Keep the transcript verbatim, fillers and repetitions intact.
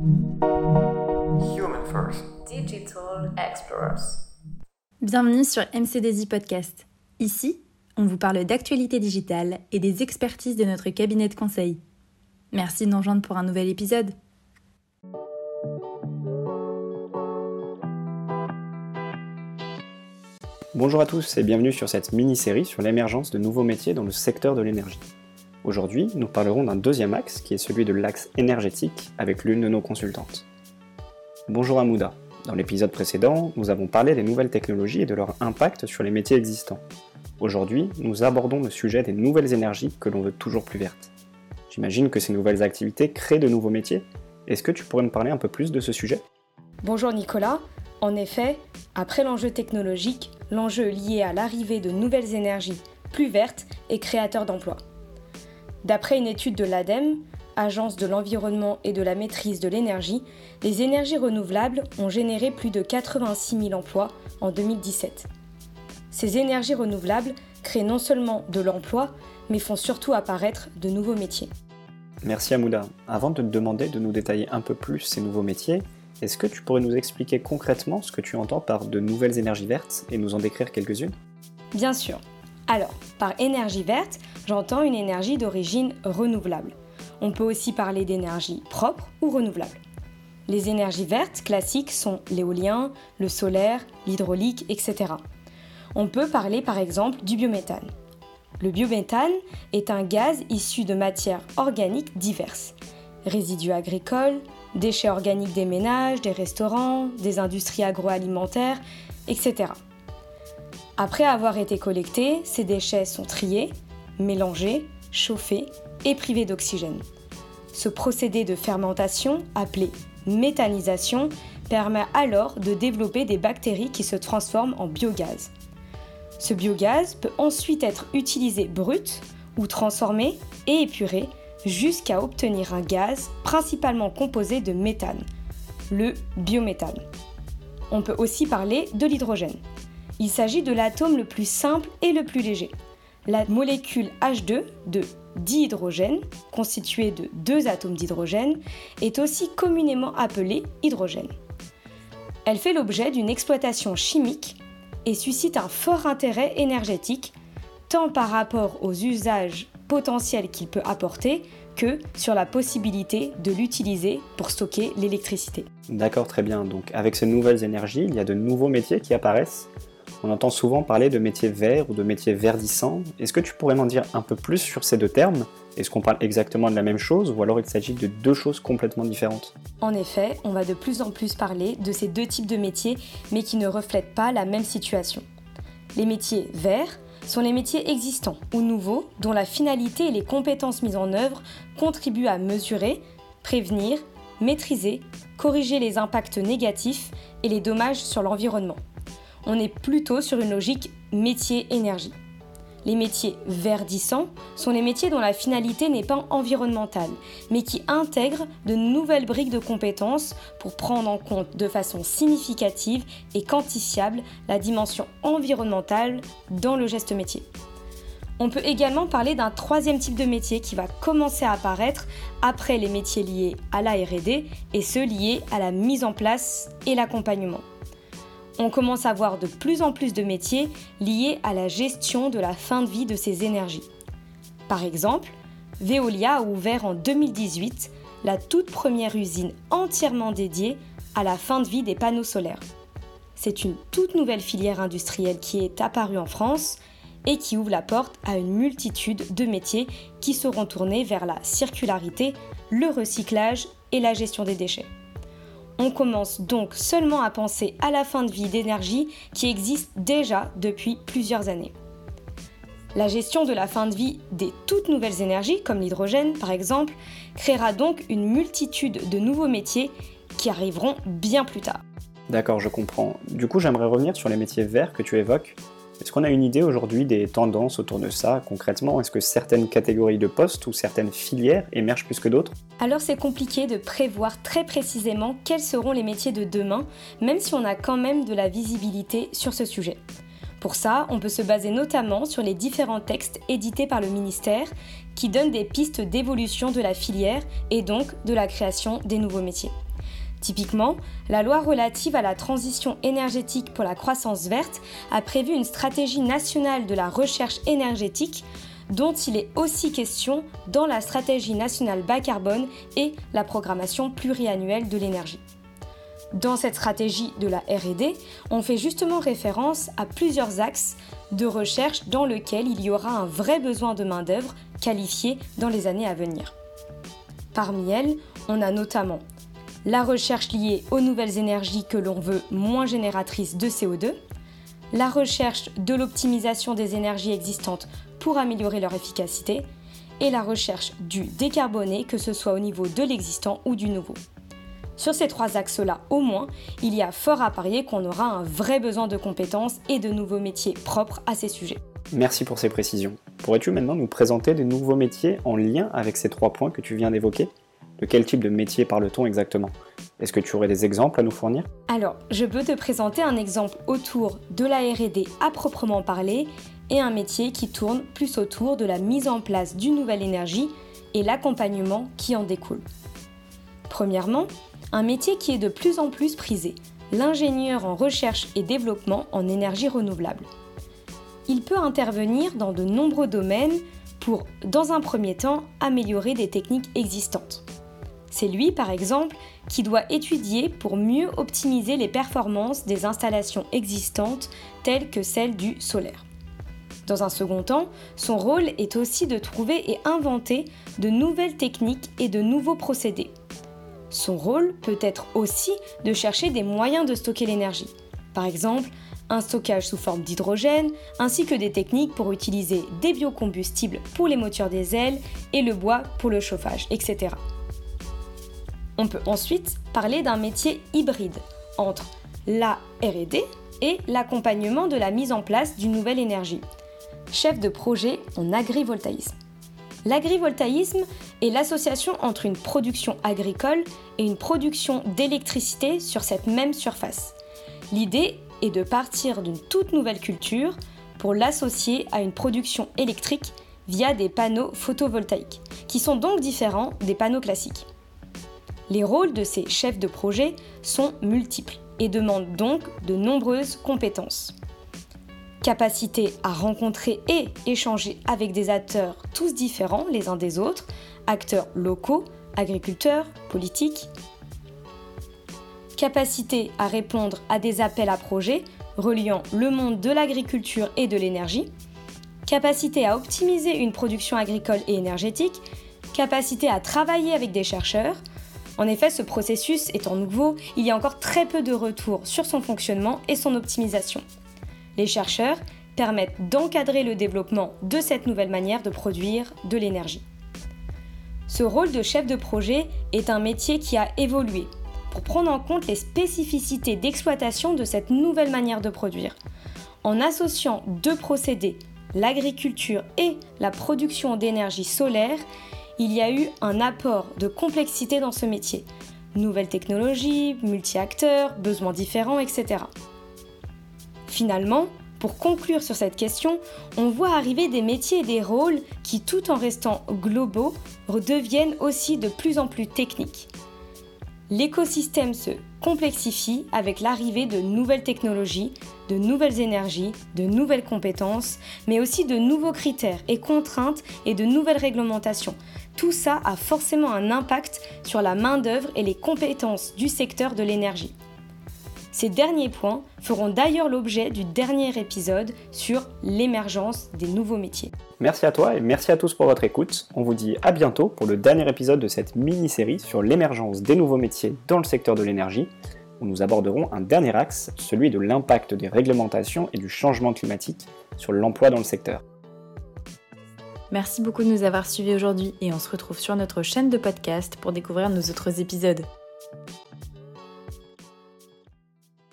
Human First. Digital Explorers. Bienvenue sur M C D I Podcast. Ici, on vous parle d'actualité digitale et des expertises de notre cabinet de conseil. Merci de nous rejoindre pour un nouvel épisode. Bonjour à tous et bienvenue sur cette mini-série sur l'émergence de nouveaux métiers dans le secteur de l'énergie. Aujourd'hui, nous parlerons d'un deuxième axe qui est celui de l'axe énergétique avec l'une de nos consultantes. Bonjour Amouda. Dans l'épisode précédent, nous avons parlé des nouvelles technologies et de leur impact sur les métiers existants. Aujourd'hui, nous abordons le sujet des nouvelles énergies que l'on veut toujours plus vertes. J'imagine que ces nouvelles activités créent de nouveaux métiers. Est-ce que tu pourrais me parler un peu plus de ce sujet ? Bonjour Nicolas. En effet, après l'enjeu technologique, l'enjeu lié à l'arrivée de nouvelles énergies plus vertes est créateur d'emplois. D'après une étude de l'ADEME, Agence de l'environnement et de la maîtrise de l'énergie, les énergies renouvelables ont généré plus de quatre-vingt-six mille emplois en deux mille dix-sept. Ces énergies renouvelables créent non seulement de l'emploi, mais font surtout apparaître de nouveaux métiers. Merci Amouda. Avant de te demander de nous détailler un peu plus ces nouveaux métiers, est-ce que tu pourrais nous expliquer concrètement ce que tu entends par de nouvelles énergies vertes et nous en décrire quelques-unes ? Bien sûr. Alors, par énergie verte, j'entends une énergie d'origine renouvelable. On peut aussi parler d'énergie propre ou renouvelable. Les énergies vertes classiques sont l'éolien, le solaire, l'hydraulique, et cetera. On peut parler par exemple du biométhane. Le biométhane est un gaz issu de matières organiques diverses. Résidus agricoles, déchets organiques des ménages, des restaurants, des industries agroalimentaires, et cetera. Après avoir été collectés, ces déchets sont triés, mélangés, chauffés et privés d'oxygène. Ce procédé de fermentation, appelé méthanisation, permet alors de développer des bactéries qui se transforment en biogaz. Ce biogaz peut ensuite être utilisé brut ou transformé et épuré jusqu'à obtenir un gaz principalement composé de méthane, le biométhane. On peut aussi parler de l'hydrogène. Il s'agit de l'atome le plus simple et le plus léger. La molécule H deux de dihydrogène, constituée de deux atomes d'hydrogène, est aussi communément appelée hydrogène. Elle fait l'objet d'une exploitation chimique et suscite un fort intérêt énergétique, tant par rapport aux usages potentiels qu'il peut apporter que sur la possibilité de l'utiliser pour stocker l'électricité. D'accord, très bien. Donc avec ces nouvelles énergies, il y a de nouveaux métiers qui apparaissent. On entend souvent parler de métiers verts ou de métiers verdissants. Est-ce que tu pourrais m'en dire un peu plus sur ces deux termes ? Est-ce qu'on parle exactement de la même chose ou alors il s'agit de deux choses complètement différentes ? En effet, on va de plus en plus parler de ces deux types de métiers, mais qui ne reflètent pas la même situation. Les métiers verts sont les métiers existants ou nouveaux dont la finalité et les compétences mises en œuvre contribuent à mesurer, prévenir, maîtriser, corriger les impacts négatifs et les dommages sur l'environnement. On est plutôt sur une logique métier-énergie. Les métiers verdissants sont les métiers dont la finalité n'est pas environnementale, mais qui intègrent de nouvelles briques de compétences pour prendre en compte de façon significative et quantifiable la dimension environnementale dans le geste métier. On peut également parler d'un troisième type de métier qui va commencer à apparaître après les métiers liés à la R et D et ceux liés à la mise en place et l'accompagnement. On commence à voir de plus en plus de métiers liés à la gestion de la fin de vie de ces énergies. Par exemple, Veolia a ouvert en deux mille dix-huit la toute première usine entièrement dédiée à la fin de vie des panneaux solaires. C'est une toute nouvelle filière industrielle qui est apparue en France et qui ouvre la porte à une multitude de métiers qui seront tournés vers la circularité, le recyclage et la gestion des déchets. On commence donc seulement à penser à la fin de vie d'énergie qui existe déjà depuis plusieurs années. La gestion de la fin de vie des toutes nouvelles énergies, comme l'hydrogène par exemple, créera donc une multitude de nouveaux métiers qui arriveront bien plus tard. D'accord, je comprends. Du coup, j'aimerais revenir sur les métiers verts que tu évoques. Est-ce qu'on a une idée aujourd'hui des tendances autour de ça concrètement ? Est-ce que certaines catégories de postes ou certaines filières émergent plus que d'autres ? Alors c'est compliqué de prévoir très précisément quels seront les métiers de demain, même si on a quand même de la visibilité sur ce sujet. Pour ça, on peut se baser notamment sur les différents textes édités par le ministère qui donnent des pistes d'évolution de la filière et donc de la création des nouveaux métiers. Typiquement, la loi relative à la transition énergétique pour la croissance verte a prévu une stratégie nationale de la recherche énergétique dont il est aussi question dans la stratégie nationale bas carbone et la programmation pluriannuelle de l'énergie. Dans cette stratégie de la R et D, on fait justement référence à plusieurs axes de recherche dans lesquels il y aura un vrai besoin de main-d'œuvre qualifiée dans les années à venir. Parmi elles, on a notamment la recherche liée aux nouvelles énergies que l'on veut moins génératrices de C O deux, la recherche de l'optimisation des énergies existantes pour améliorer leur efficacité, et la recherche du décarboné, que ce soit au niveau de l'existant ou du nouveau. Sur ces trois axes-là, au moins, il y a fort à parier qu'on aura un vrai besoin de compétences et de nouveaux métiers propres à ces sujets. Merci pour ces précisions. Pourrais-tu maintenant nous présenter des nouveaux métiers en lien avec ces trois points que tu viens d'évoquer ? De quel type de métier parle-t-on exactement ? Est-ce que tu aurais des exemples à nous fournir ? Alors, je peux te présenter un exemple autour de la R et D à proprement parler et un métier qui tourne plus autour de la mise en place d'une nouvelle énergie et l'accompagnement qui en découle. Premièrement, un métier qui est de plus en plus prisé, l'ingénieur en recherche et développement en énergie renouvelable. Il peut intervenir dans de nombreux domaines pour, dans un premier temps, améliorer des techniques existantes. C'est lui, par exemple, qui doit étudier pour mieux optimiser les performances des installations existantes telles que celles du solaire. Dans un second temps, son rôle est aussi de trouver et inventer de nouvelles techniques et de nouveaux procédés. Son rôle peut être aussi de chercher des moyens de stocker l'énergie. Par exemple, un stockage sous forme d'hydrogène, ainsi que des techniques pour utiliser des biocombustibles pour les moteurs diesel et le bois pour le chauffage, et cetera. On peut ensuite parler d'un métier hybride entre la R et D et l'accompagnement de la mise en place d'une nouvelle énergie. Chef de projet en agrivoltaïsme. L'agrivoltaïsme est l'association entre une production agricole et une production d'électricité sur cette même surface. L'idée est de partir d'une toute nouvelle culture pour l'associer à une production électrique via des panneaux photovoltaïques, qui sont donc différents des panneaux classiques. Les rôles de ces chefs de projet sont multiples et demandent donc de nombreuses compétences. Capacité à rencontrer et échanger avec des acteurs tous différents les uns des autres, acteurs locaux, agriculteurs, politiques. Capacité à répondre à des appels à projets reliant le monde de l'agriculture et de l'énergie. Capacité à optimiser une production agricole et énergétique. Capacité à travailler avec des chercheurs. En effet, ce processus étant nouveau, il y a encore très peu de retours sur son fonctionnement et son optimisation. Les chercheurs permettent d'encadrer le développement de cette nouvelle manière de produire de l'énergie. Ce rôle de chef de projet est un métier qui a évolué pour prendre en compte les spécificités d'exploitation de cette nouvelle manière de produire. En associant deux procédés, l'agriculture et la production d'énergie solaire, il y a eu un apport de complexité dans ce métier. Nouvelles technologies, multi-acteurs, besoins différents, et cetera. Finalement, pour conclure sur cette question, on voit arriver des métiers et des rôles qui, tout en restant globaux, redeviennent aussi de plus en plus techniques. L'écosystème se complexifie avec l'arrivée de nouvelles technologies, de nouvelles énergies, de nouvelles compétences, mais aussi de nouveaux critères et contraintes et de nouvelles réglementations. Tout ça a forcément un impact sur la main-d'œuvre et les compétences du secteur de l'énergie. Ces derniers points feront d'ailleurs l'objet du dernier épisode sur l'émergence des nouveaux métiers. Merci à toi et merci à tous pour votre écoute. On vous dit à bientôt pour le dernier épisode de cette mini-série sur l'émergence des nouveaux métiers dans le secteur de l'énergie, où nous aborderons un dernier axe, celui de l'impact des réglementations et du changement climatique sur l'emploi dans le secteur. Merci beaucoup de nous avoir suivis aujourd'hui et on se retrouve sur notre chaîne de podcast pour découvrir nos autres épisodes.